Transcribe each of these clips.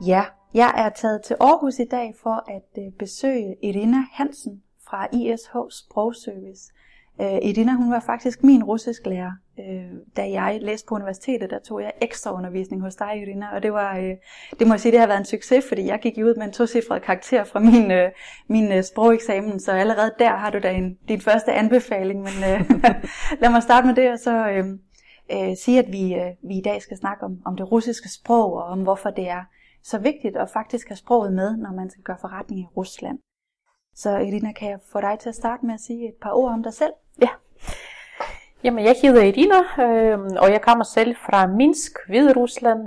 Ja, jeg er taget til Aarhus i dag for at besøge Irina Hansen fra ISH Sprogservice. Irina, hun var faktisk min russisklærer. Da jeg læste på universitetet, der tog jeg ekstra undervisning hos dig, Irina, og det må jeg sige, det har været en succes, fordi jeg gik ud med en 2-cifret karakter fra min sprogeksamen, så allerede der har du da din første anbefaling, men lad mig starte med det, og så sige, at vi i dag skal snakke om det russiske sprog, og om hvorfor det er så vigtigt at faktisk have sproget med, når man skal gøre forretning i Rusland. Så Irina, kan jeg få dig til at starte med at sige et par ord om dig selv? Ja. Jamen, jeg hedder Irina, og jeg kommer selv fra Minsk, Hviderusland,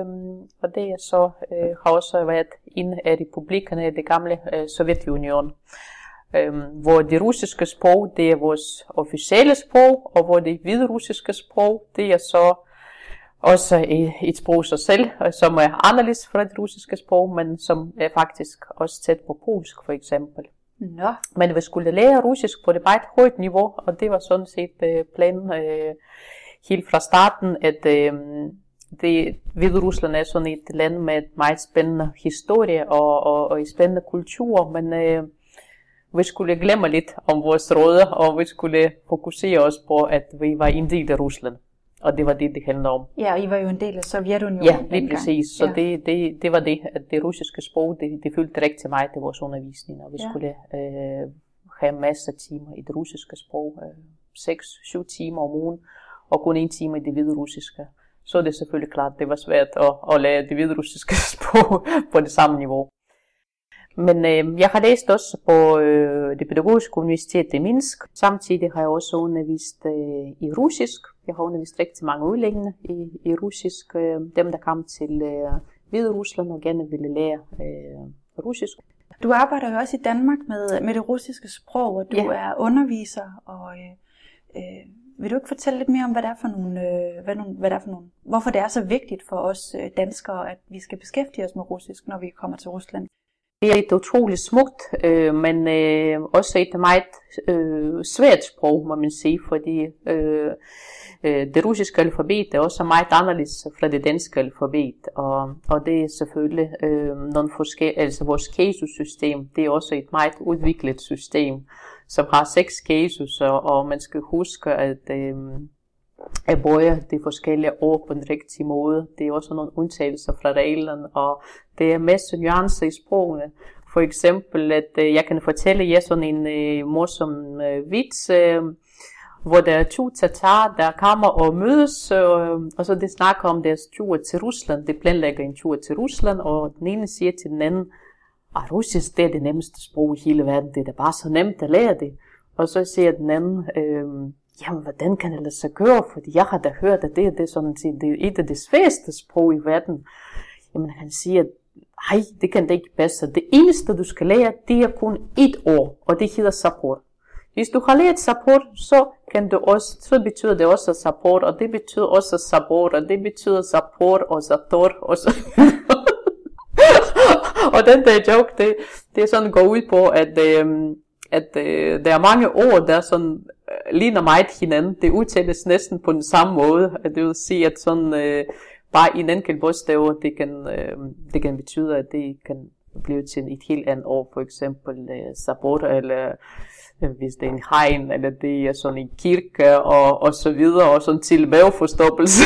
og det er så har også været en af republikkerne i det gamle Sovjetunionen, hvor det russiske sprog, det er vores officielle sprog, og hvor det hviderussiske sprog, det er så også et sprog sig selv, som er anderledes fra det russiske sprog, men som er faktisk også tæt på polsk for eksempel. Nå. Men vi skulle lære russisk på det meget højt niveau, og det var sådan set planen helt fra starten, at Hviderusland er sådan et land med et meget spændende historie og en spændende kultur, men vi skulle glemme lidt om vores rødder, og vi skulle fokusere os på, at vi var en del af Rusland. Og det var det handler om. Ja, og I var jo en del af Sovjetunionen. Ja, lige præcis. Så det var det, at det russiske sprog, det fyldte rigtig meget af vores undervisning. Og vi skulle have masser af timer i det russiske sprog. 6-7 timer om ugen, og kun 1 time i det hviderussiske. Så er det selvfølgelig klart, det var svært at lære det hviderussiske sprog på det samme niveau. Men jeg har læst også på det pædagogiske universitet i Minsk. Samtidig har jeg også undervist i russisk. Jeg har undervist rigtig mange udlændinge i russisk. Dem, der kom til Hviderusland og gerne ville lære russisk. Du arbejder jo også i Danmark med det russiske sprog, og du er underviser. Og vil du ikke fortælle lidt mere om, hvad det er for nogle, hvorfor det er så vigtigt for os danskere, at vi skal beskæftige os med russisk, når vi kommer til Rusland? Det er et utroligt smukt, men også et meget svært sprog, må man sige, fordi det russiske alfabet er også meget anderledes fra det danske alfabet, og det er selvfølgelig nogle forskellige, altså vores casus-system, det er også et meget udviklet system, som har 6 casus, og man skal huske, at bøje de forskellige ord på den rigtige måde. Det er også nogle undtagelser fra reglerne, og det er masser af nuancer i sprogene. For eksempel, at jeg kan fortælle jer sådan en morsom vits, hvor der er 2 tatarer, der kommer og mødes, og så det snakker om deres tur til Rusland. De planlægger en tur til Rusland, og den ene siger til den anden, at russisk, det er det nemmeste sprog i hele verden, det er da bare så nemt at lære det. Og så siger den anden, jamen, hvordan kan det lade sig gøre? Fordi jeg har da hørt, at det er sådan set det er et af de sværeste sprog i verden. Jamen, han siger, nej, det kan det ikke passe. Det eneste, du skal lære, det er kun 1 ord, og det hedder support. Hvis du har lært support, så betyder det også support, og det betyder også support, og det betyder support og sator, og så og den der joke, det er sådan går ud på, at der er mange ord, der sådan ligner meget hinanden. Det udtales næsten på den samme måde. Det vil sige, at sådan bare en enkelt bogstav, det kan betyde, at det kan blive til et helt andet ord. For eksempel sabot, eller hvis det er en hegn, eller det er sådan en kirke, og så videre, og sådan til maveforstoppelse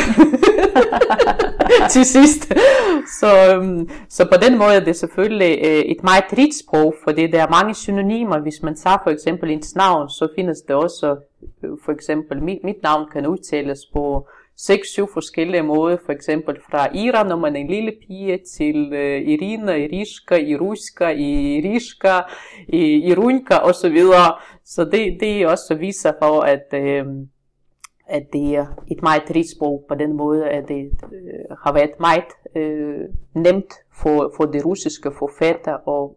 til sidst. Så på den måde er det selvfølgelig et meget rigt sprog, fordi der er mange synonymer. Hvis man tager for eksempel ens navn, så findes det også, for eksempel mit navn kan udtales på 6-7 forskellige måder, for eksempel fra Ira, når man er en lille pige, til Irina, Irishka, Iruska, Irishka, Irunka osv. Så det også viser for, at det er et meget rigt sprog på den måde, at det har været meget nemt for de russiske forfatter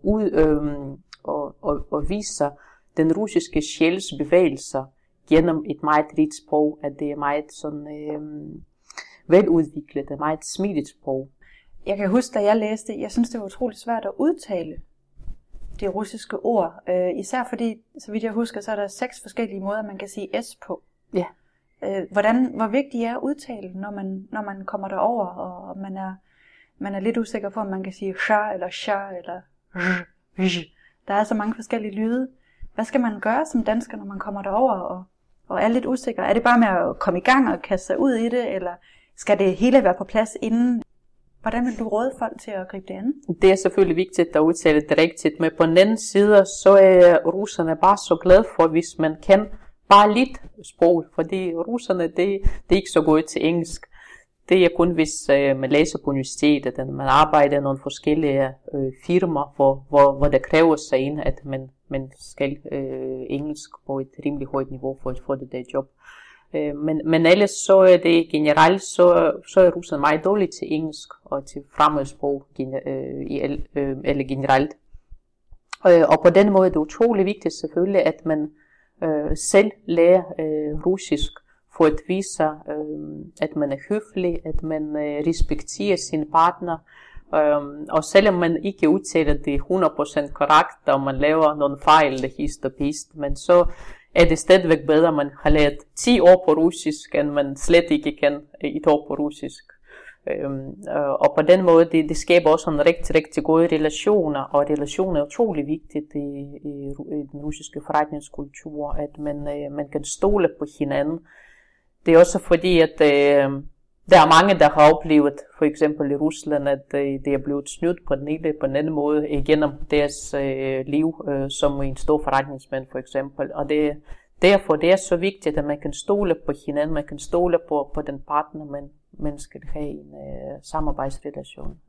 at vise den russiske sjæls bevægelser gennem et meget rigt sprog, at det er meget sådan veludviklet, et meget smidigt sprog. Jeg kan huske, da jeg læste, jeg synes det var utroligt svært at udtale de russiske ord, især fordi, så vidt jeg husker, så er der 6 forskellige måder, man kan sige S på. Ja. Hvor vigtigt er udtale, når man kommer derover, og man er man er lidt usikker på, om man kan sige sha eller sha eller zh. Der er så mange forskellige lyde. Hvad skal man gøre som dansker, når man kommer derover og er lidt usikker? Er det bare med at komme i gang og kaste sig ud i det, eller skal det hele være på plads inden? Hvordan vil du råde folk til at gribe det an? Det er selvfølgelig vigtigt at udtale det rigtigt, men på den anden side, så er russerne bare så glade for, hvis man kan bare lidt sprog, fordi russerne, det er ikke så godt til engelsk. Det er kun, hvis man læser på universitetet, at man arbejder i nogle forskellige firmaer, hvor der kræver sig ind, at man skal engelsk på et rimelig højt niveau for at få det der job. Men ellers så er det generelt, så er russerne meget dårlige til engelsk og til fremmedsprog eller generelt. Og på den måde er det utrolig vigtigt selvfølgelig, at man selv lærer russisk, for at vise, at man er høflig, at man respekterer sin partner. Og selvom man ikke udtaler det 100% korrekt, og man laver nogle fejl eller hist og pist, men så er det stadigvæk bedre, at man har lært 10 år på russisk, end man slet ikke kan et år på russisk. Og på den måde, det skaber også nogle rigtig gode relationer, og relationer er utrolig vigtigt i den russiske forretningskultur, at man kan stole på hinanden. Det er også fordi, at der er mange, der har oplevet, for eksempel i Rusland, at det er blevet snydt på den ene på den anden måde igennem deres liv, som en stor forretningsmand for eksempel. Og derfor det er så vigtigt, at man kan stole på hinanden, man kan stole på den partner, man skal have en samarbejdsrelation.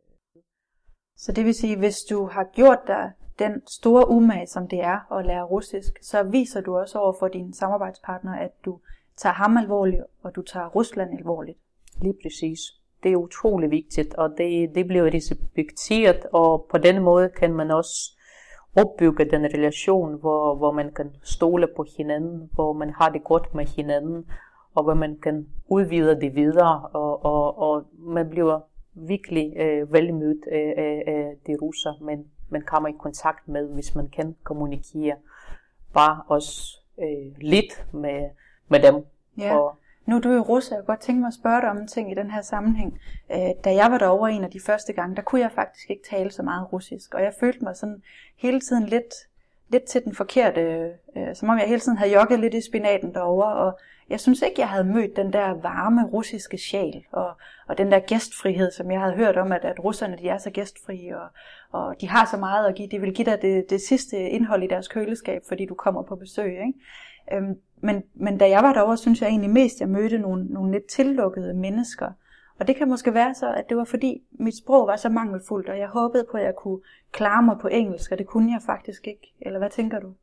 Så det vil sige, hvis du har gjort dig den store umage, som det er at lære russisk, så viser du også over for din samarbejdspartner, at du tager ham alvorligt, og du tager Rusland alvorligt. Lige præcis. Det er utrolig vigtigt, og det bliver respekteret, og på den måde kan man også opbygge den relation, hvor man kan stole på hinanden, hvor man har det godt med hinanden, og hvor man kan udvide det videre, og man bliver virkelig velmødt af de russer, man kommer i kontakt med, hvis man kan kommunikere bare også lidt med dem. Ja. Nu er du jo russer, jeg kunne godt tænke mig at spørge dig om en ting i den her sammenhæng. Da jeg var derovre en af de første gange, der kunne jeg faktisk ikke tale så meget russisk, og jeg følte mig sådan hele tiden lidt til den forkerte, som om jeg hele tiden havde jogget lidt i spinaten derovre, og jeg synes ikke, jeg havde mødt den der varme russiske sjæl, og den der gæstfrihed, som jeg havde hørt om, at russerne de er så gæstfrie, og de har så meget at give, de vil give dig det sidste indhold i deres køleskab, fordi du kommer på besøg, ikke? Men da jeg var derovre, synes jeg egentlig mest, at jeg mødte nogle lidt tillukkede mennesker. Og det kan måske være så, at det var fordi mit sprog var så mangelfuldt, og jeg håbede på, at jeg kunne klare mig på engelsk, og det kunne jeg faktisk ikke. Eller hvad tænker du?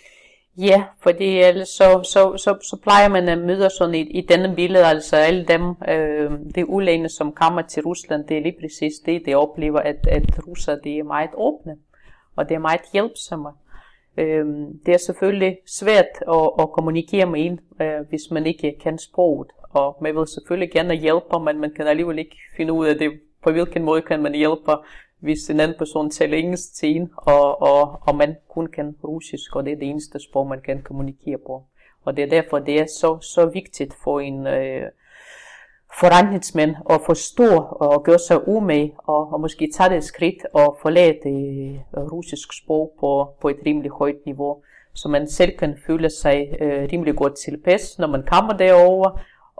Ja, fordi ellers så plejer man at møde sådan i denne billede, altså alle dem, det udlændinge, som kommer til Rusland, det er lige præcis det, de oplever, at russer, det er meget åbne, og det er meget hjælpsomme. Det er selvfølgelig svært at kommunikere med en, hvis man ikke kan sproget, og man vil selvfølgelig gerne hjælpe, men man kan alligevel ikke finde ud af det, på hvilken måde kan man hjælpe, hvis en anden person taler engelsk til en, og man kun kan russisk, og det er det eneste sprog, man kan kommunikere på. Og det er derfor, det er så vigtigt for en forretningsmænd at forstå og gøre sig umage, og måske tage det skridt og forlade det russisk sprog på et rimelig højt niveau, så man selv kan føle sig rimelig godt tilpas, når man kommer derover,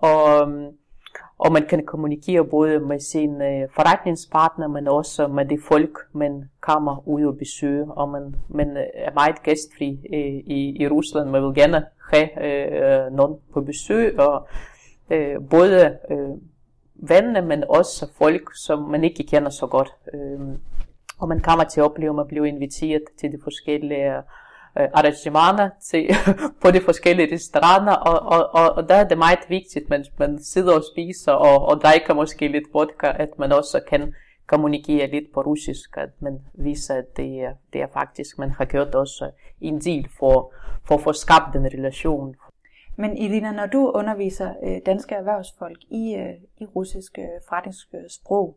og man kan kommunikere både med sin forretningspartner, men også med de folk, man kommer ud og besøge, og man er meget gæstfri i Rusland. Man vil gerne have nogen på besøg, og både venner, men også folk, som man ikke kender så godt. Og man kommer til at opleve, at man bliver inviteret til de forskellige arrangementer på de forskellige restauranter, og der er det meget vigtigt, mens man sidder og spiser og drikker måske lidt vodka, at man også kan kommunikere lidt på russisk, at man viser, at det er faktisk, man har gjort også en del for at få skabt den relation. Men Irina, når du underviser danske erhvervsfolk i russisk forretningssprog,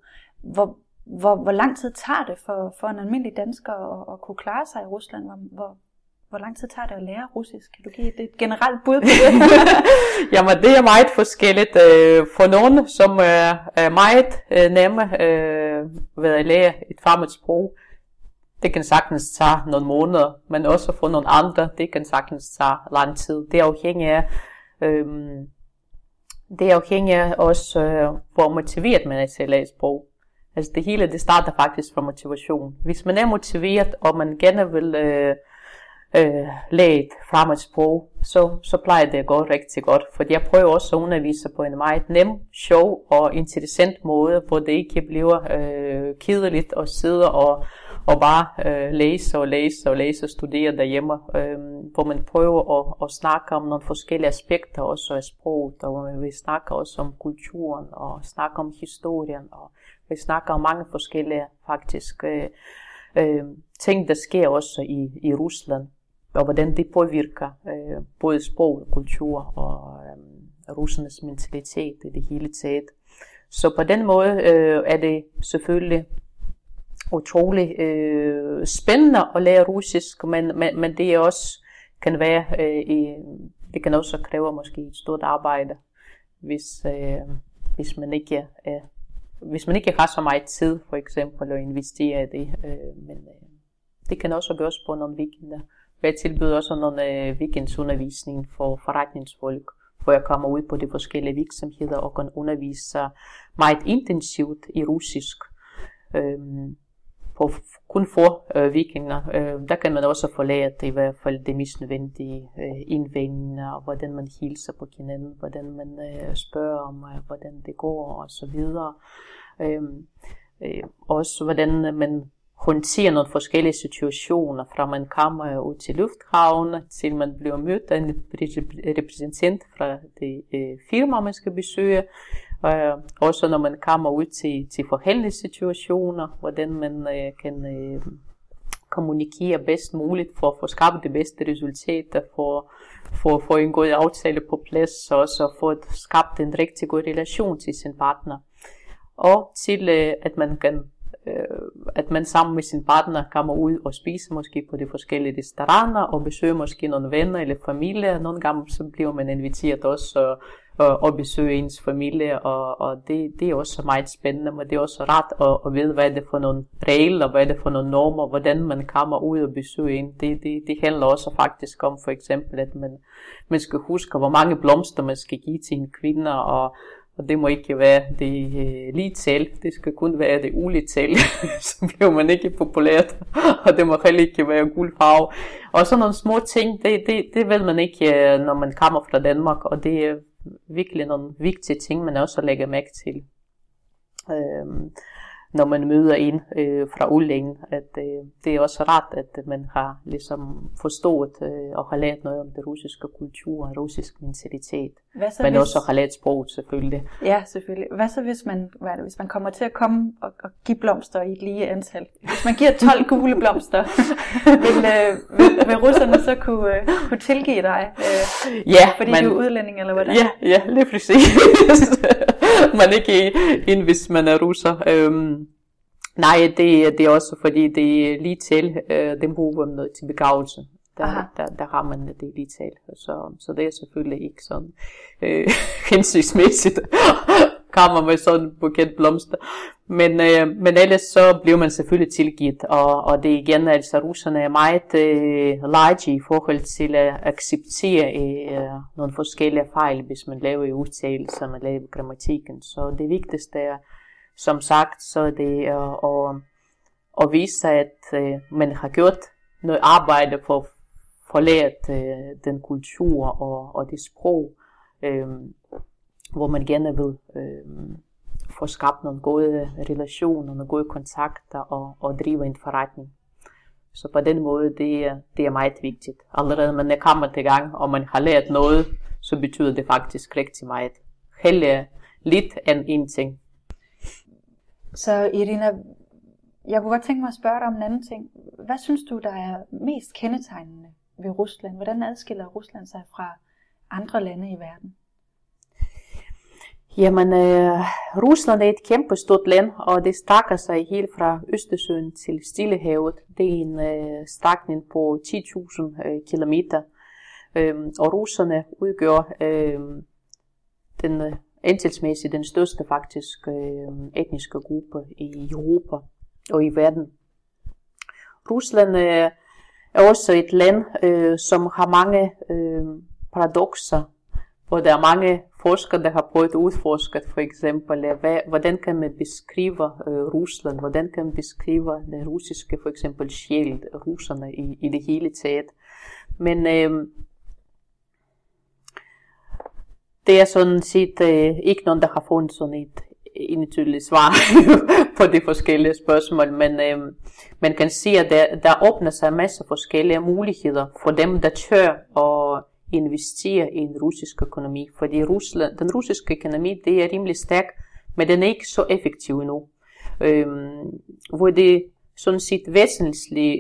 hvor lang tid tager det for en almindelig dansker at kunne klare sig i Rusland? Hvor lang tid tager det at lære russisk? Kan du give et generelt bud på det? Jamen, det er meget forskelligt. For nogen, som er meget nemme ved at lære et fremmed sprog, det kan sagtens tage nogle måneder, men også for nogle andre, det kan sagtens tage lang tid. Det er afhængigt af også, hvor motiveret man er til at lære sprog. Altså det hele, det starter faktisk fra motivation. Hvis man er motiveret, og man gerne vil lære et fremmed sprog, så plejer det at gå rigtig godt. For jeg prøver også at undervise på en meget nem, sjov og interessant måde, hvor det ikke bliver kedeligt at sidde og bare læse og studere derhjemme, hvor man prøver at snakke om nogle forskellige aspekter også af sproget, og vi snakker også om kulturen, og snakker om historien, og vi snakker om mange forskellige faktisk ting, der sker også i Rusland, og hvordan det påvirker både sprog og kultur og russernes mentalitet i det hele taget. Så på den måde er det selvfølgelig utrolig spændende at lære russisk, men det er også kan være det kan også kræve måske et stort arbejde, hvis man ikke har så meget tid for eksempel at investere i det, men det kan også gøres på nogle weekender. Jeg tilbyder også nogle weekendsundervisning for forretningsfolk, hvor jeg kommer ud på de forskellige virksomheder og kan undervise meget intensivt i russisk. Kun for weekender, der kan man også få lært i hvert fald det mest nødvendige indvendinger, og hvordan man hilser på hinanden, hvordan man spørger om, hvordan det går og så videre. Også hvordan man håndterer nogle forskellige situationer, fra man kommer ud til lufthavnen, til man bliver mødt af en repræsentant fra det firma, man skal besøge. Også når man kommer ud til forhandlingssituationer, hvordan man kan kommunikere bedst muligt for at få skabt det bedste resultater, for at få en god aftale på plads, og også få skabt en rigtig god relation til sin partner. Og til at man sammen med sin partner kommer ud og spiser måske på de forskellige restauranter, og besøger måske nogle venner eller familie. Nogle gange så bliver man inviteret også og besøge ens familie, og det er også meget spændende, men det er også rart at vide, hvad det er for nogle regler, hvad det er for nogle normer, hvordan man kommer ud og besøger en. Det handler også faktisk om for eksempel, at man skal huske, hvor mange blomster man skal give til en kvinde, og det må ikke være det lige tal, det skal kun være det ulige tal, så bliver man ikke populært, og det må heller ikke være guld farve. Og sådan nogle små ting, det ved man ikke, når man kommer fra Danmark, og det er virkelig nogle vigtige ting, man også lægger mærke til, når man møder en fra udlandet, at det er også rart, at man har ligesom forstået og har lært noget om det russiske kultur og russisk mentalitet, men også har lært sproget selvfølgelig. Ja, selvfølgelig. Hvad så hvis man kommer til at komme og give blomster i et lige antal? Hvis man giver 12 gule blomster, vil russerne så kunne tilgive dig? Fordi du er udlænding, eller hvordan? Ja, lige præcis. Man ikke ind, hvis man er russer. Nej, det er også fordi det er lige til, den bruger man noget til begravelse. Der har man det lige til. Så det er selvfølgelig ikke sådan hensigtsmæssigt kommer med sådan en buket blomster. Men ellers så bliver man selvfølgelig tilgivet, og det igen, altså russerne er meget large i forhold til at acceptere nogle forskellige fejl, hvis man laver udtalelser, man laver grammatikken. Så det vigtigste er, som sagt, så er det at vise, at man har gjort noget arbejde for at lære den kultur og det sprog, hvor man gerne vil få skabt nogle gode relationer, nogle gode kontakter og drive en forretning. Så på den måde, det er meget vigtigt. Allerede når man kommer til gang, og man har lært noget, så betyder det faktisk rigtig meget. Hellere lidt end ingenting. Så Irina, jeg kunne godt tænke mig at spørge dig om en anden ting. Hvad synes du, der er mest kendetegnende ved Rusland? Hvordan adskiller Rusland sig fra andre lande i verden? Jamen, Rusland er et kæmpe stort land, og det strækker sig helt fra Østersøen til Stillehavet. Det er en strækning på 10.000 kilometer. Og russerne udgør antalsmæssigt den største faktisk etniske gruppe i Europa og i verden. Rusland er også et land, som har mange paradokser, hvor der er mange forskere, der har prøvet at udforske for eksempel, hvordan kan man beskrive Rusland, hvordan kan man beskrive den russiske for eksempel sjæl, russerne i det hele taget. Men det er sådan set ikke nogen, der har fundet sådan et entydigt svar på de forskellige spørgsmål, men man kan sige, at der åbner sig masser af forskellige muligheder for dem, der tør at investere i en russisk økonomi. Fordi den russiske økonomi, det er rimelig stærk, men den er ikke så effektiv endnu. Hvor det sådan set væsentligt,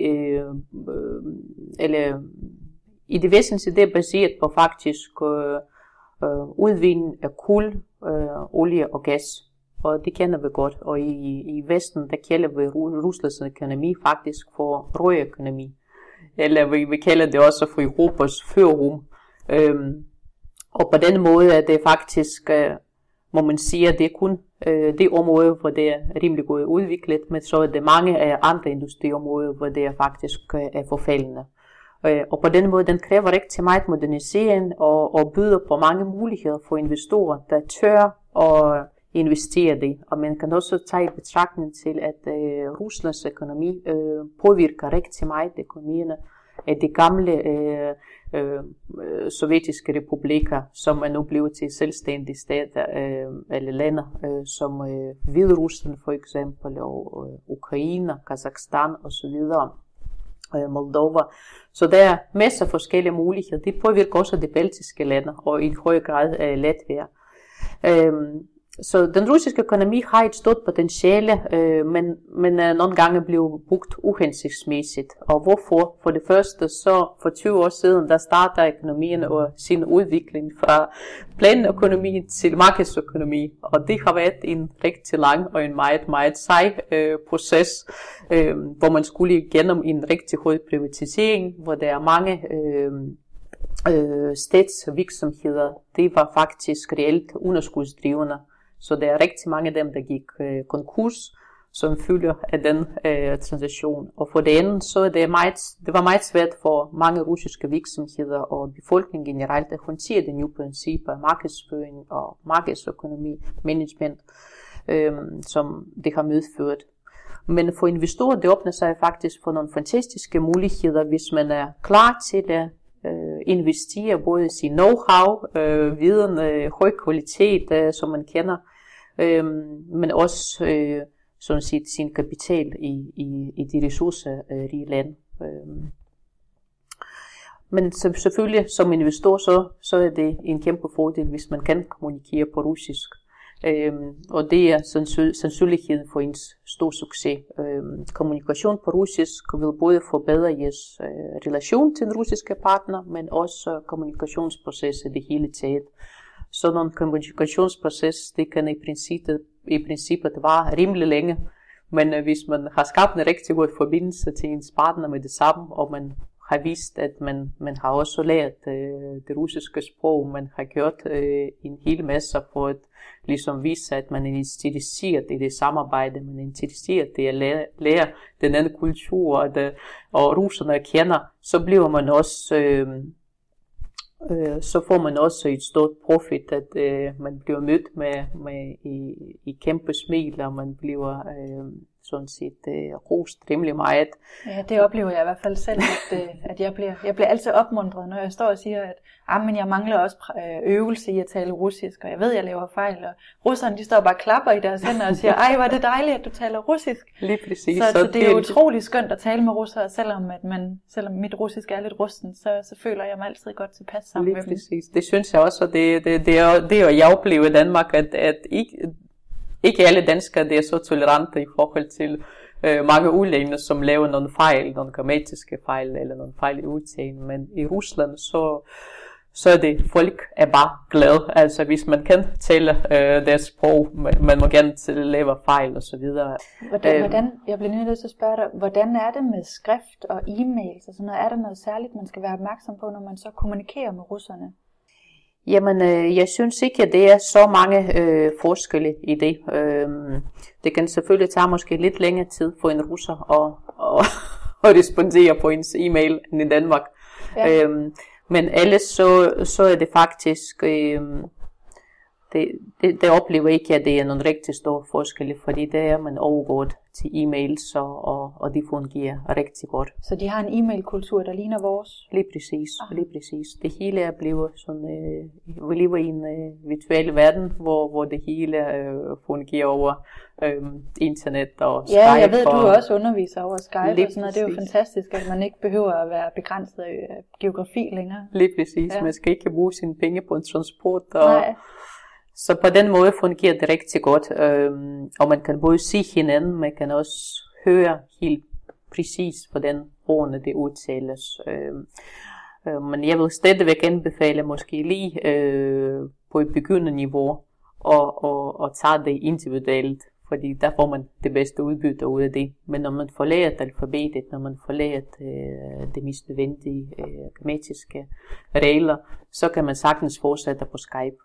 eller i det væsentlige, det er baseret på faktisk udvinding af kul, olie og gas. Og det kender vi godt. Og i Vesten, der kalder vi Ruslands økonomi faktisk for rød økonomi. Eller vi kalder det også for Europas førerum. Og på den måde er det faktisk, må man sige, at det er kun det område, hvor det er rimelig godt udviklet, men så er det mange af andre industriområder, hvor det er faktisk er forfaldende. Og på den måde, den kræver rigtig meget modernisering og byder på mange muligheder for investorer, der tør at investere det. Og man kan også tage i betragtning til, at Ruslands økonomi påvirker rigtig meget økonomierne af de gamle sovjetiske republikker, som er nu blevet til selvstændige stater eller lande, som Hviderusland for eksempel, og Ukraine, Kazakhstan osv. Moldova. Så der er masser af forskellige muligheder. Det påvirker også de baltiske lande, og i høj grad Latvia. Så den russiske økonomi har et stort potentiale, men nogle gange bliver brugt uhensigtsmæssigt. Og hvorfor? For det første, så for 20 år siden, der starter økonomien og sin udvikling fra planøkonomi til markedsøkonomi. Og det har været en rigtig lang og en meget, meget sej proces, hvor man skulle igennem en rigtig høj privatisering, hvor der er mange statsvirksomheder. Det var faktisk reelt underskudsdrivende. Så der er rigtig mange af dem, der gik konkurs, som følger af den transaktion. Og for det andet, så er det var meget svært for mange russiske virksomheder og befolkningen generelt at håndtere de nye principper af markedsføring og markedsøkonomi, management, som det har medført. Men for investorer, det åbner sig faktisk for nogle fantastiske muligheder, hvis man er klar til at investere både sin know-how, viden, høj kvalitet, som man kender, men også sådan set sin kapital i de ressourcerige lande. Men selvfølgelig som investor, så er det en kæmpe fordel, hvis man kan kommunikere på russisk. Og det er sandsynligheden for en stor succes. Kommunikation på russisk vil både forbedre jeres relation til den russiske partner, men også kommunikationsproces i det hele taget. Sådan en kommunikationsproces, det kan i princippet vare rimelig længe, men hvis man har skabt en rigtig god forbindelse til ens partner med det samme, og man har vist, at man har også lært det russiske sprog, man har gjort en hel masse for at ligesom vise, at man er interesseret i det samarbejde, man er interesseret i at lære den anden kultur, og russerne kender, så bliver man også, så får man også et stort profit, at man bliver mødt med i kæmpe smil, og man bliver sådan set rost rimelig meget. Ja, det oplever jeg i hvert fald selv, at jeg bliver altid opmuntret, når jeg står og siger, at men jeg mangler også øvelse i at tale russisk, og jeg ved, at jeg laver fejl, og russerne, de står bare og klapper i deres hænder og siger, ej, hvor er det dejligt, at du taler russisk. Lige præcis. Så det er jo utrolig skønt at tale med russere, selvom mit russisk er lidt rusten, så føler jeg mig altid godt tilpas sammen med dem. Lige præcis. Det synes jeg også, og det er jeg oplever i Danmark, at ikke alle danskere det er så tolerante i forhold til mange udlændinge, som laver nogle fejl, nogle grammatiske fejl eller nogle fejl i udtalen. Men i Rusland, så er det, folk er bare glade. Altså hvis man kan tale deres sprog, man må gerne lave fejl og så videre. Jeg bliver nødt til at spørge dig, hvordan er det med skrift og e-mails og sådan noget? Er der noget særligt, man skal være opmærksom på, når man så kommunikerer med russerne? Jamen, jeg synes ikke, at det er så mange forskelle i det. Det kan selvfølgelig tage måske lidt længere tid for en russer at respondere på ens e-mail end i Danmark. Ja. Men ellers så er det faktisk, det oplever ikke, at det er nogle rigtig store forskelle, fordi der er man overgået til e-mails, og de fungerer rigtig godt. Så de har en e-mail-kultur, der ligner vores? Lige præcis. Det hele er blevet sådan, vi lever i en virtuel verden, hvor det hele fungerer over internet og Skype. Ja, jeg ved, du også underviser over Skype og sådan noget. Det er jo fantastisk, at man ikke behøver at være begrænset af geografi længere. Lige præcis. Ja. Man skal ikke bruge sine penge på en transport. Så på den måde fungerer det rigtig godt, og man kan både se hinanden, man kan også høre helt præcis, hvordan ordene det udtales. Men jeg vil stadigvæk anbefale måske lige på et begynderniveau og tage det individuelt, fordi der får man det bedste udbytte ud af det. Men når man får lært alfabetet, når man får lært det mest nødvendige grammatiske regler, så kan man sagtens fortsætte på Skype.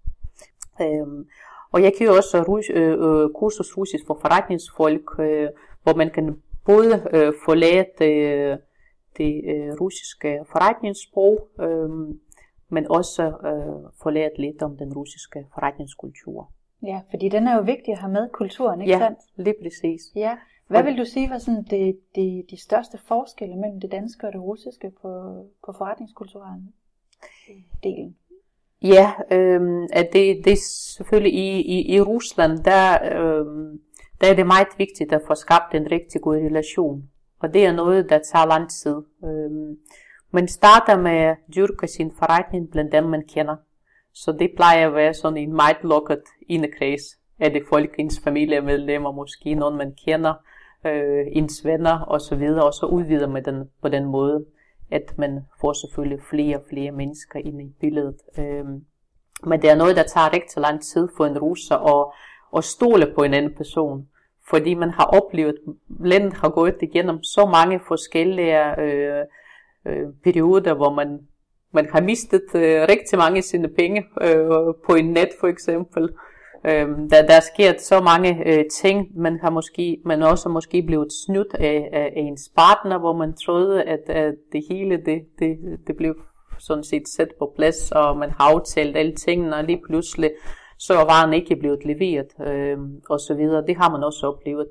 Og jeg kører også kursus russisk for forretningsfolk, hvor man kan både få lært det russiske forretningssprog, men også få lært lidt om den russiske forretningskultur. Ja, fordi den er jo vigtig at have med, kulturen, ikke sandt? Ja, lige præcis. Ja. Hvad vil du sige var sådan de største forskelle mellem det danske og det russiske på forretningskulturen delen? Ja, at det er selvfølgelig i Rusland, der er det meget vigtigt at få skabt en rigtig god relation. Og det er noget, der tager lang tid. Man starter med at dyrke sin forretning blandt dem, man kender. Så det plejer at være sådan en meget lukket indekreds. Er det folk, ens familiemedlemmer, måske nogen man kender, ens venner osv. Og så udvider man den på den måde, at man får selvfølgelig flere og flere mennesker ind i billedet. Men det er noget, der tager rigtig lang tid for en russer at stole på en anden person. Fordi man har oplevet, landet har gået igennem så mange forskellige perioder, hvor man har mistet rigtig mange af sine penge på en net for eksempel. Der er sket så mange ting, man også måske blevet snydt af ens partner, hvor man troede, at det hele det blev sådan set sat på plads, og man har aftalt alle tingene, og lige pludselig så var varen ikke blevet leveret, og så videre. Det har man også oplevet,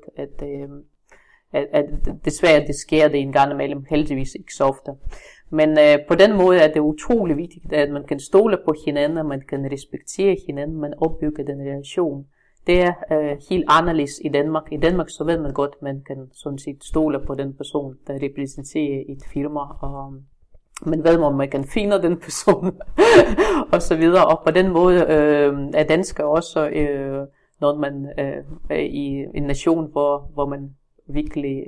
at desværre det sker det en gang imellem, heldigvis ikke så ofte. Men på den måde er det utrolig vigtigt, at man kan stole på hinanden, at man kan respektere hinanden, man opbygger den relation. Det er helt anderledes i Danmark. I Danmark så ved man godt, at man kan sådan set stole på den person, der repræsenterer et firma, og man ved, om man kan finde den person, og så videre. Og på den måde er danskere også, når man er i en nation, hvor man virkelig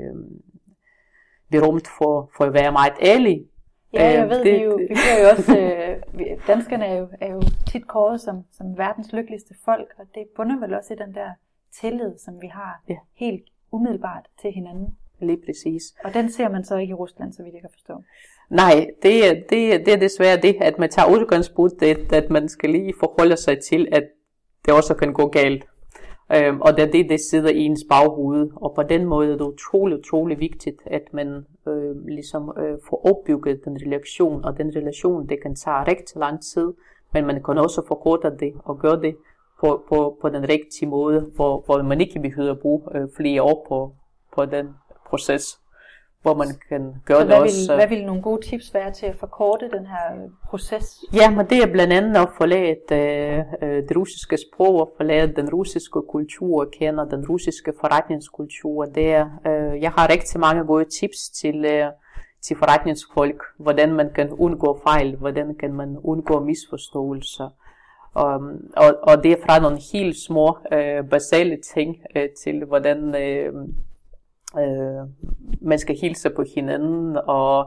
berømt for at være meget ærlig. Ja, jeg ved, vi bliver jo også, danskerne er jo tit kåret som verdens lykkeligste folk, og det bunder vel også i den der tillid, som vi har helt umiddelbart til hinanden. Lige præcis. Og den ser man så ikke i Rusland, så vidt jeg kan forstå. Nej, det er desværre det, at man tager udgangspunkt, at man skal lige forholde sig til, at det også kan gå galt. Og det sidder i ens baghoved, og på den måde er det utrolig vigtigt, at man får opbygget den relation, og den relation, det kan tage rigtig lang tid, men man kan også forkorte det og gøre det på den rigtige måde, hvor man ikke behøver at bruge flere år på den proces, hvor man kan gøre det også. Hvad vil nogle gode tips være til at forkorte den her proces? Ja, men det er blandt andet at få lært det russiske sprog, og få lært den russiske kultur at kende, den russiske forretningskultur. Jeg har rigtig mange gode tips til forretningsfolk, hvordan man kan undgå fejl, hvordan kan man undgå misforståelser. Og det er fra nogle helt små basale ting til hvordan man skal hilse på hinanden, og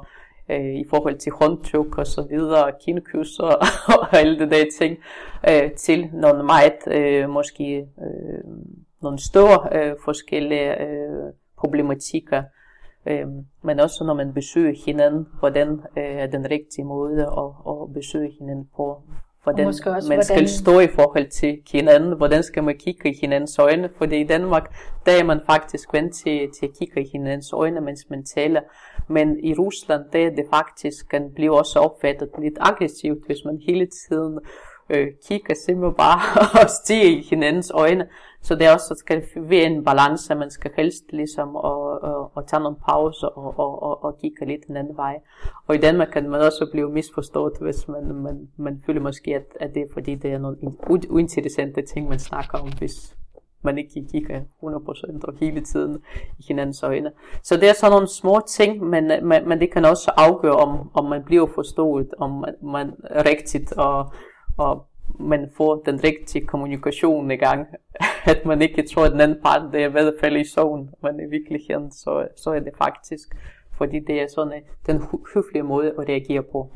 i forhold til håndtryk og så videre, kindkys og alle de der ting, til nogle meget, måske nogle store forskellige problematikker. Men også når man besøger hinanden, hvordan er den rigtige måde at besøge hinanden på. Hvordan man skal stå i forhold til hinanden, hvordan skal man kigge i hinandens øjne, fordi i Danmark, der er man faktisk vant til at kigge i hinandens øjne, mens man taler. Men i Rusland, der er det faktisk, kan blive også opfattet lidt aggressivt, hvis man hele tiden kigger simpelthen bare og stiger i hinandens øjne. Så det er også, at skal være en balance, at man skal helst ligesom og tage nogle pauser og kigge lidt en anden vej. Og i Danmark kan man også blive misforstået, hvis man føler måske, at det er fordi, det er nogle uinteressante ting, man snakker om, hvis man ikke kigger 100% og hele tiden i hinandens øjne. Så det er sådan nogle små ting, men det kan også afgøre, om man bliver forstået, om man rigtigt og man får den rigtige kommunikation i gang, at man ikke tror, at den anden part det er ved at falde i søvn, men i virkeligheden, så er det faktisk, fordi det er sådan den høflige måde at reagere på.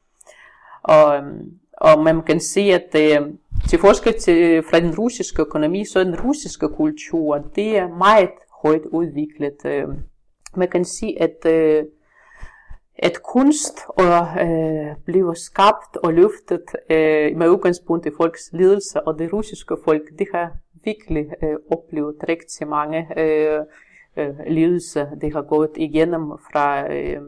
Og man kan sige, at til forskel fra den russiske økonomi, så den russiske kultur, det er meget højt udviklet. Man kan sige, at kunst bliver skabt og løftet med udgangspunkt i folks lidelse, og det russiske folk, de har virkelig oplevet rigtig mange lidelser. De har gået igennem fra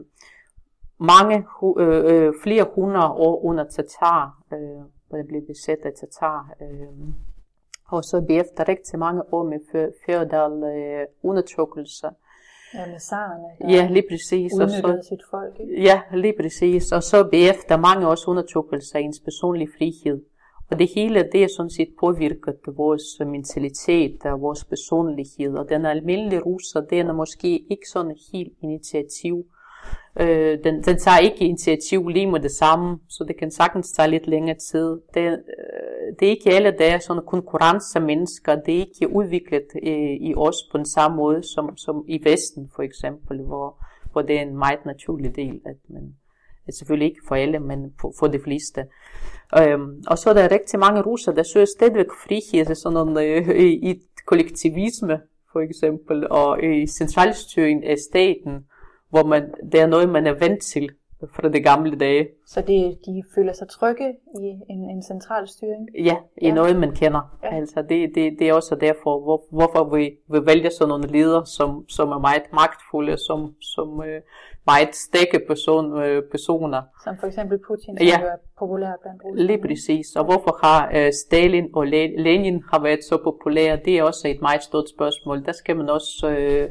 mange flere hundrede år under Tatar, hvor det blev besat af Tatar, og så efter rigtig mange år med feudal undertrykkelse. Ja, med tsarerne, ja, lige præcis. Udnyttede sit folk, ikke? Ja, lige præcis. Og så efter mange års undertrykkelse af ens personlige frihed. Og det hele, det er sådan set påvirket vores mentalitet og vores personlighed. Og den almindelige russer, den er måske ikke sådan helt initiativ. Den tager ikke initiativ lige med det samme, så det kan sagtens tage lidt længere tid. Det er ikke alle, der er sådan konkurrencemennesker. Det er ikke udviklet i os på den samme måde som i Vesten for eksempel, hvor det er en meget naturlig del, at man selvfølgelig ikke for alle, men for de fleste. Og så er der rigtig mange russer, der søger stadigvæk frihed, sådan i kollektivisme for eksempel, og i centralstyring af staten, hvor det er noget, man er vant til fra de gamle dage. Så de føler sig trygge i en central styring? Ja, i noget, man kender. Ja. Altså, det er også derfor, hvorfor vi vælger sådan nogle ledere, som er meget magtfulde, som meget stærke personer. Som for eksempel Putin, som er populær blandt russerne. Lige præcis. Og hvorfor har Stalin og Lenin har været så populære? Det er også et meget stort spørgsmål. Der skal man også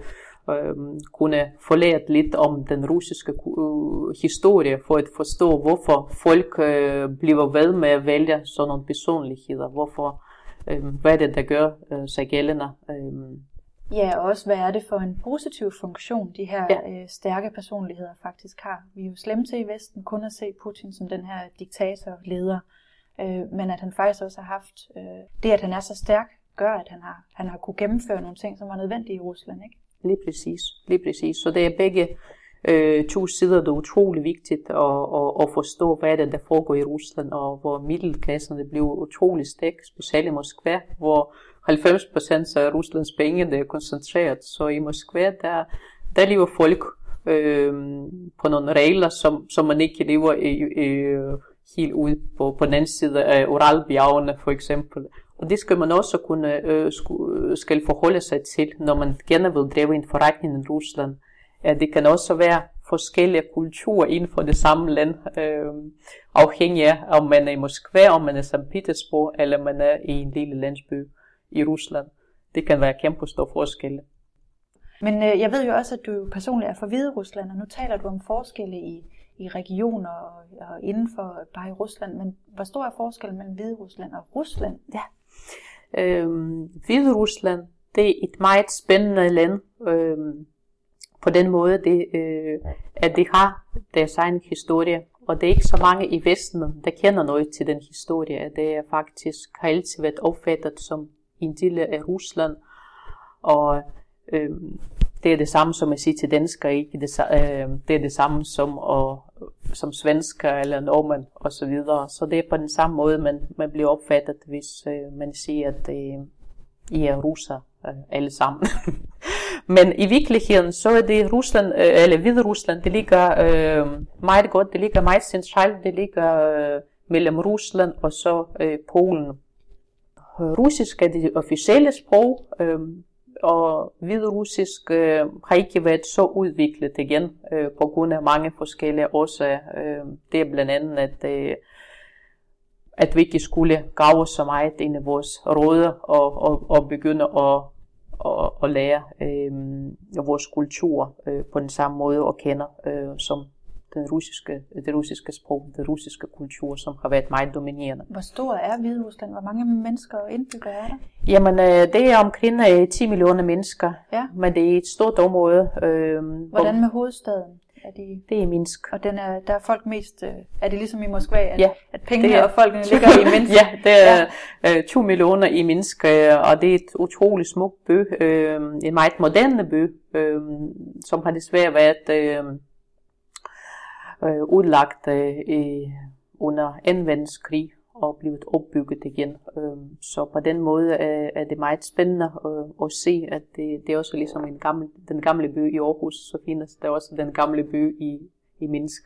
kunne få lært lidt om den russiske historie, for at forstå, hvorfor folk bliver ved med at vælge sådan nogle personligheder. Hvad er det, der gør sig gældende? Ja, og også hvad er det for en positiv funktion, de her stærke personligheder faktisk har. Vi er jo slemme til i Vesten kun at se Putin som den her diktatorleder, men at han faktisk også har haft det, at han er så stærk, gør, at han har kunne gennemføre nogle ting, som var nødvendige i Rusland, ikke? Lige præcis. Så det er begge to sider, der er utrolig vigtigt at forstå, hvad det der foregår i Rusland, og hvor middelklasserne bliver utrolig stærk, specielt i Moskva, hvor 90% af Ruslands penge der er koncentreret. Så i Moskva, der lever folk på nogle regler, som man ikke lever helt ude på den anden side af Uralbjergene for eksempel. Og det skal man også skal forholde sig til, når man gerne vil drive en forretning i Rusland. Det kan også være forskellige kulturer inden for det samme land, afhængig af, om man er i Moskva, om man er i St. Petersburg, eller man er i en lille landsby i Rusland. Det kan være kæmpe stor forskel. Men jeg ved jo også, at du personligt er fra Hvide Rusland, og nu taler du om forskelle i regioner og inden for bare i Rusland. Men hvor stor er forskellen mellem Hvide Rusland og Rusland? Ja. Hvide Rusland, det er et meget spændende land på den måde, at de har deres egen historie, og det er ikke så mange i Vesten, der kender noget til den historie. Det er faktisk har altid været opfattet som en del af Rusland, og det er det samme som at sige til dansker, ikke? Det er det samme som svensker eller nordmand og så videre. Så det er på den samme måde, man bliver opfattet, hvis man siger, at I er russer alle sammen. Men i virkeligheden, så er det Rusland, eller Hviderusland, det ligger meget godt, det ligger meget centralt, det ligger mellem Rusland og så Polen. Russisk er det officielle sprog, og hviderussisk har ikke været så udviklet igen, på grund af mange forskellige årsager. Det er blandt andet, at vi ikke skulle grave så meget ind i vores rødder og begynde at lære vores kultur på den samme måde og kender som det russiske sprog, den russiske kultur, som har været meget dominerende. Hvor stor er Hviderusland? Hvor mange mennesker og indbyggere er der? Jamen, det er omkring 10 millioner mennesker, ja. Men det er et stort område. Hvordan med hovedstaden? Det er Minsk. Og der er folk mest, er det ligesom i Moskva, at pengene og folkene 20, ligger i Minsk? Ja, det er 2 millioner i Minsk, og det er et utroligt smukt by, en meget moderne by, som har desværre været udlagt under 2. verdenskrig og blevet opbygget igen. Så på den måde er det meget spændende at se, at det er også ligesom den gamle by i Aarhus, så findes der også den gamle by i Minsk.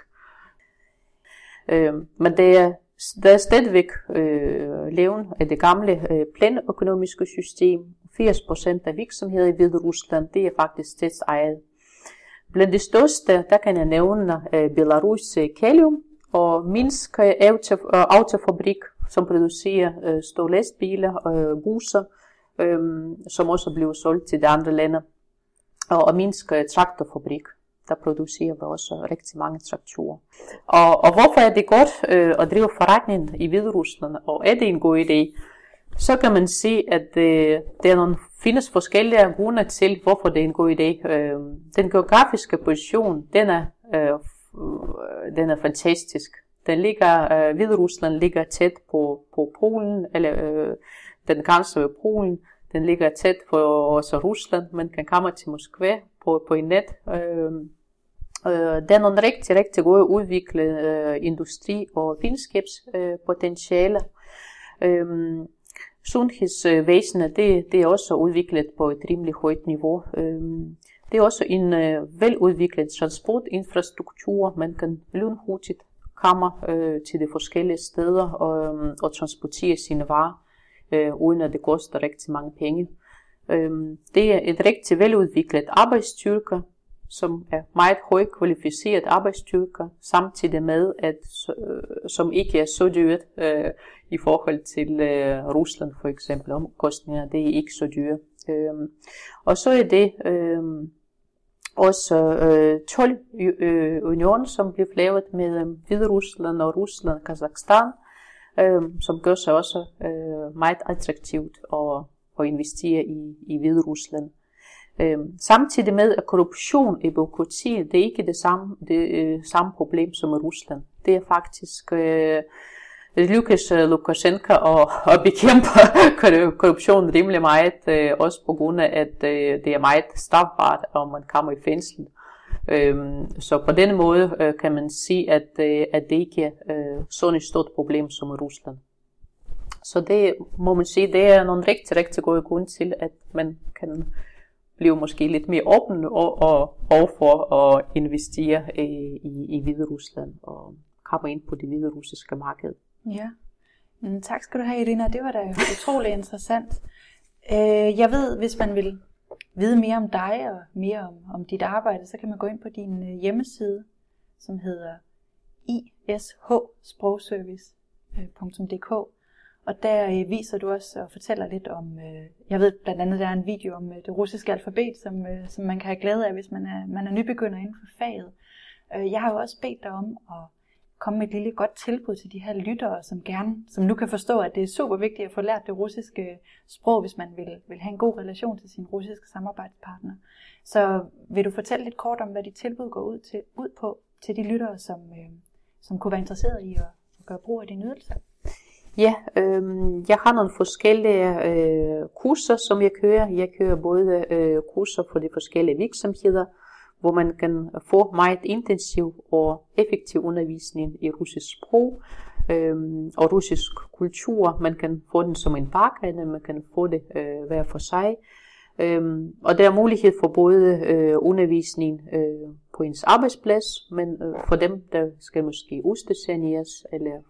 Men der er stadigvæk levende af det gamle planøkonomiske system. 80% af virksomheder i Hviderusland, det er faktisk statsejet. Blandt de største, der kan jeg nævne Belarus Kalium og Minsk Autofabrik, som producerer store lastbiler og busser, som også bliver solgt til de andre lande. Og Minsk Traktorfabrik, der producerer også rigtig mange traktorer. Og hvorfor er det godt at drive forretning i Hviderusland, og er det en god idé? Så kan man sige, at der findes forskellige grunde til, hvorfor det er en god idé. Den geografiske position, den er fantastisk. Hviderusland ligger tæt på Polen, eller den grænse ved Polen. Den ligger tæt på også Rusland. Man kan komme til Moskva på en net. Der er nogle rigtig, rigtig gode udviklet industri- og videnskabspotentiale. Sundhedsvæsenet, det er også udviklet på et rimelig højt niveau. Det er også en veludviklet transportinfrastruktur. Man kan lynhurtigt komme til de forskellige steder og transportere sine varer, uden at det koster rigtig mange penge. Det er et rigtig veludviklet arbejdsstyrke, som er meget højt kvalificeret arbejdsstyrke, samtidig med, som ikke er så dyrt i forhold til Rusland for eksempel. Omkostninger, det er ikke så dyrt. Og så er det også 12 unioner, som bliver lavet med Hviderusland og Rusland og Kazakhstan, som gør sig også meget attraktivt at investere i Hviderusland. Samtidig med, at korruption i bureaukrati, det er ikke det samme problem som i Rusland. Det er faktisk det lykkes Lukashenko at bekæmpe korruption rimelig meget, også på grund af, at det er meget strafbart, om man kommer i fængsel. Så på den måde kan man sige, at det ikke er sådan et stort problem som i Rusland. Så det må man sige, det er nogle rigtig, rigtig gode grunde til, at man kan blive måske lidt mere åben overfor at investere i Hviderusland og komme ind på det hviderussiske marked. Ja, tak skal du have, Irina. Det var da utrolig interessant. Jeg ved, hvis man vil vide mere om dig og mere om dit arbejde, så kan man gå ind på din hjemmeside, som hedder ishsprogservice.dk. Og der viser du også og fortæller lidt om, jeg ved blandt andet, der er en video om det russiske alfabet, som man kan have glæde af, hvis man er nybegynder inden for faget. Jeg har jo også bedt dig om at komme med et lille godt tilbud til de her lyttere, som nu kan forstå, at det er super vigtigt at få lært det russiske sprog, hvis man vil have en god relation til sin russiske samarbejdspartner. Så vil du fortælle lidt kort om, hvad dit tilbud går ud på til de lyttere, som kunne være interesseret i at gøre brug af dine ydelser? Ja, jeg har nogle forskellige kurser, som jeg kører. Jeg kører både kurser for de forskellige virksomheder, hvor man kan få meget intensiv og effektiv undervisning i russisk sprog og russisk kultur. Man kan få den som en pakke, eller man kan få det hver for sig. Og der er mulighed for både undervisning på ens arbejdsplads, men for dem, der skal måske udstationeres, eller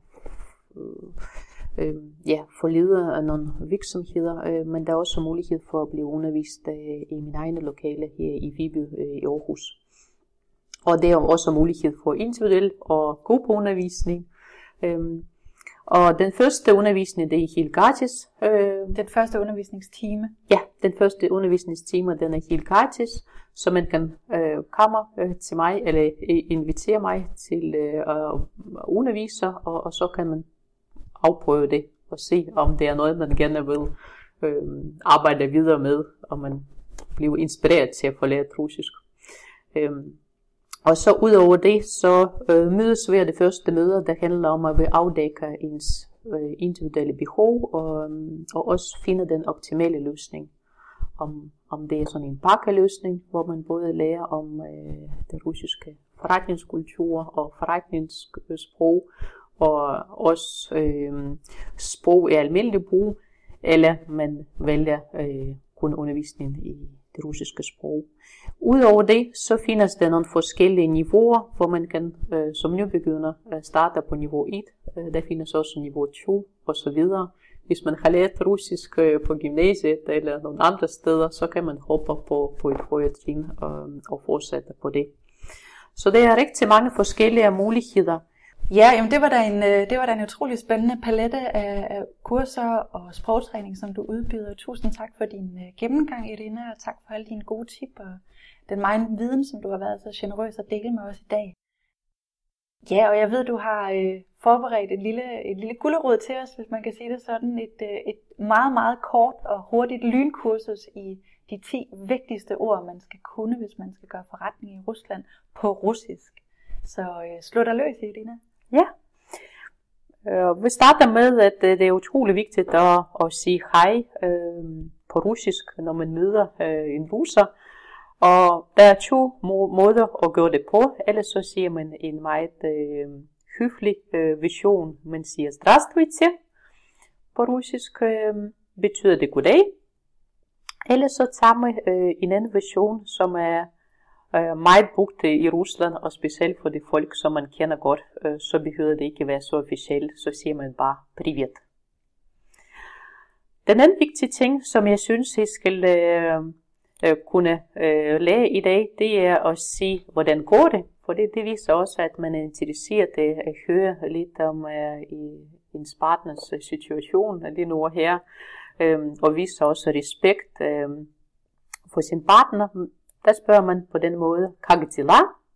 for ledere af nogle virksomheder, men der er også mulighed for at blive undervist i min egne lokale her i Viby i Aarhus. Og der er også mulighed for individuel og gruppeundervisning. Og den første undervisning, det er helt gratis. Den første undervisningstime? Ja, den første undervisningstime, den er helt gratis, så man kan komme til mig, eller invitere mig til at undervise, og så kan man afprøve det, og se, om det er noget, man gerne vil arbejde videre med, og man bliver inspireret til at få lært russisk. Og så ud over det, så mødes vi af det første møde, der handler om at afdække ens individuelle behov, og også finde den optimale løsning. Om det er sådan en pakkeløsning, hvor man både lærer om den russiske forretningskultur og forretningssprog, og også sprog i almindelig brug, eller man vælger kun undervisning i det russiske sprog. Udover det, så findes der nogle forskellige niveauer, hvor man kan som nybegynder starte på niveau 1. Der findes også niveau 2 og så videre. Hvis man har lært russisk på gymnasiet eller nogle andre steder, så kan man hoppe på et højere trin og fortsætte på det. Så der er rigtig mange forskellige muligheder. Ja, jamen det var da en utrolig spændende palette af kurser og sprogtræning, som du udbyder. Tusind tak for din gennemgang, Irina, og tak for alle dine gode tip og den meget viden, som du har været så generøs at dele med os i dag. Ja, og jeg ved, du har forberedt et lille gulerod til os, hvis man kan sige det sådan. Et meget, meget kort og hurtigt lynkursus i de 10 vigtigste ord, man skal kunne, hvis man skal gøre forretning i Rusland på russisk. Så slå dig løs, Irina. Ja. Vi starter med, at det er utrolig vigtigt at sige hej på russisk, når man møder en russer. Og der er 2 måder at gøre det på. Ellers så siger man en meget hyggelig version. Man siger здравствуйте på russisk, betyder det goddag. Ellers så tager man en anden version, som er meget brugt i Rusland, og specielt for de folk, som man kender godt, så behøver det ikke være så officielt, så siger man bare привет. Den anden vigtige ting, som jeg synes, I skal kunne lære i dag, det er at sige, hvordan går det? For det viser også, at man er interesseret i at høre lidt om ens partners situation lige nu og her, og viser også respekt for sin partner. Der spørger man på den måde, как дела?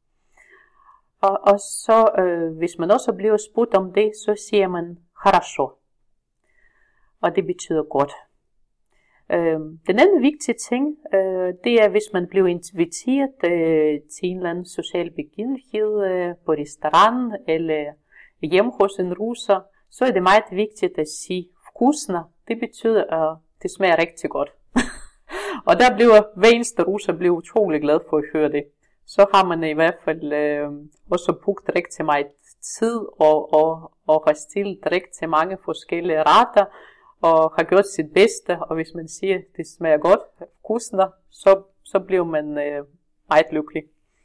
Og så, hvis man også bliver spurgt om det, så siger man, хорошо. Og det betyder godt. Den anden vigtige ting, det er, hvis man bliver inviteret til en eller anden social begivenhed på restaurant eller hjemme hos en russer, så er det meget vigtigt at sige вкусно. Det betyder, at det smager rigtig godt. Og der bliver hver eneste russer bliver utrolig glad for at høre det. Så har man i hvert fald også brugt rigtig meget tid og har stillet rigtig mange forskellige retter og har gjort sit bedste. Og hvis man siger, at det smager godt, вкусно, så bliver man meget lykkelig.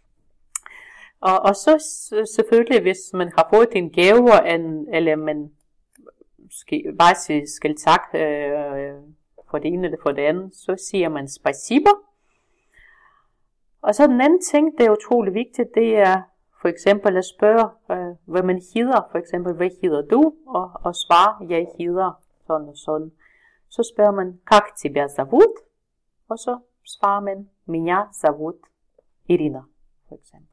Og så selvfølgelig, hvis man har fået en gave, eller man bare skal takke for det ene eller for det andet, så siger man spasibo. Og så den anden ting, det er utrolig vigtigt, det er for eksempel at spørge, hvad man hedder. For eksempel, hvad hedder du? Og svare, jeg hedder sådan og sådan. Så spørger man, как тебя зовут? Og så svarer man, меня зовут Irina, for eksempel.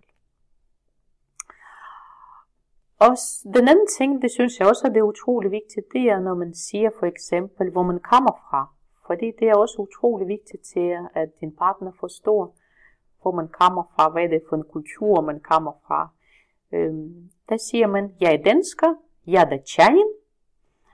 Og den anden ting, det synes jeg også, at det er utrolig vigtigt, det er, når man siger for eksempel, hvor man kommer fra. Fordi det er også utrolig vigtigt til, at din partner forstår, hvor man kommer fra, hvad det er for en kultur, man kommer fra. Der siger man, jeg er dansker, jeg er dachjanin.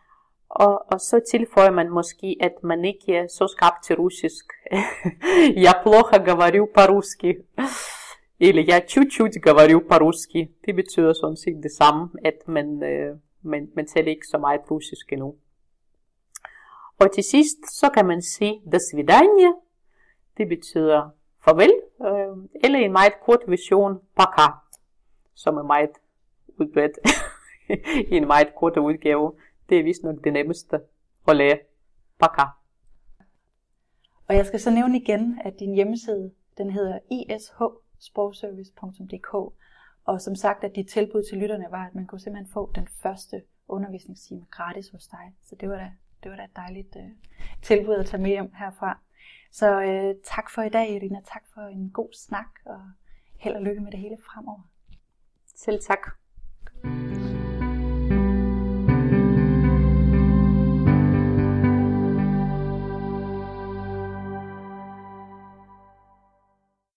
Og så tilføjer man måske, at man ikke er så skarp til russisk. Jeg плохо говорю по-русски. Eller jeg чуть-чуть говорю по-русски. Det betyder sådan set det samme, at man taler ikke så meget russisk endnu. Og til sidst, så kan man sige до свидания. Det betyder farvel. Eller en meget kort version, пока. Som er meget udbredt. I en meget kort udgave. Det er vist nok det nemmeste at lære. Пока. Og jeg skal så nævne igen, at din hjemmeside, den hedder ishsprogservice.dk. Og som sagt, at dit tilbud til lytterne var, at man kunne simpelthen få den første undervisningstime gratis hos dig. Så det var da et dejligt tilbud at tage med hjem herfra. Så tak for i dag, Irina. Tak for en god snak, og held og lykke med det hele fremover. Selv tak.